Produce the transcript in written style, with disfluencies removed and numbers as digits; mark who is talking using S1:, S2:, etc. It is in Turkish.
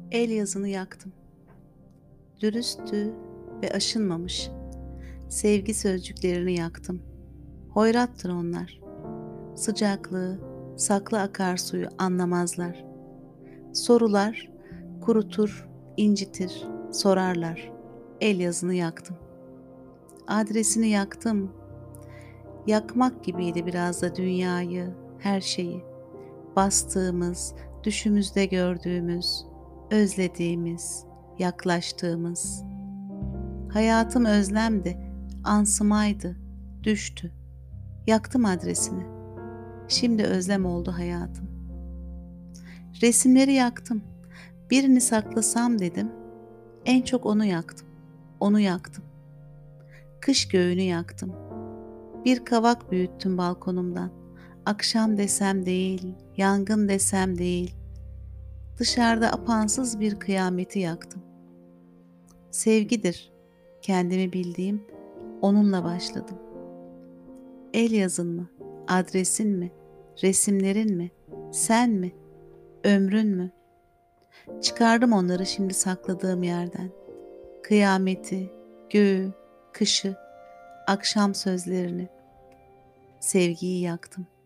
S1: El yazını yaktım. Dürüsttü ve aşınmamış. Sevgi sözcüklerini yaktım. Hoyrattır onlar. Sıcaklığı, saklı akarsuyu anlamazlar. Sorular, kurutur, incitir, sorarlar. El yazını yaktım. Adresini yaktım. Yakmak gibiydi biraz da dünyayı, her şeyi. Bastığımız, düşümüzde gördüğümüz, özlediğimiz, yaklaştığımız. Hayatım özlemdi, ansımaydı, düştü. Yaktım adresini. Şimdi özlem oldu hayatım. Resimleri yaktım. Birini saklasam dedim. En çok onu yaktım. Onu yaktım. Kış göğünü yaktım. Bir kavak büyüttüm balkonumdan. Akşam desem değil, yangın desem değil. Dışarıda apansız bir kıyameti yaktım. Sevgidir, kendimi bildiğim, onunla başladım. El yazın mı, adresin mi, resimlerin mi, sen mi, ömrün mü? Çıkardım onları şimdi sakladığım yerden. Kıyameti, göğü, kışı, akşam sözlerini, sevgiyi yaktım.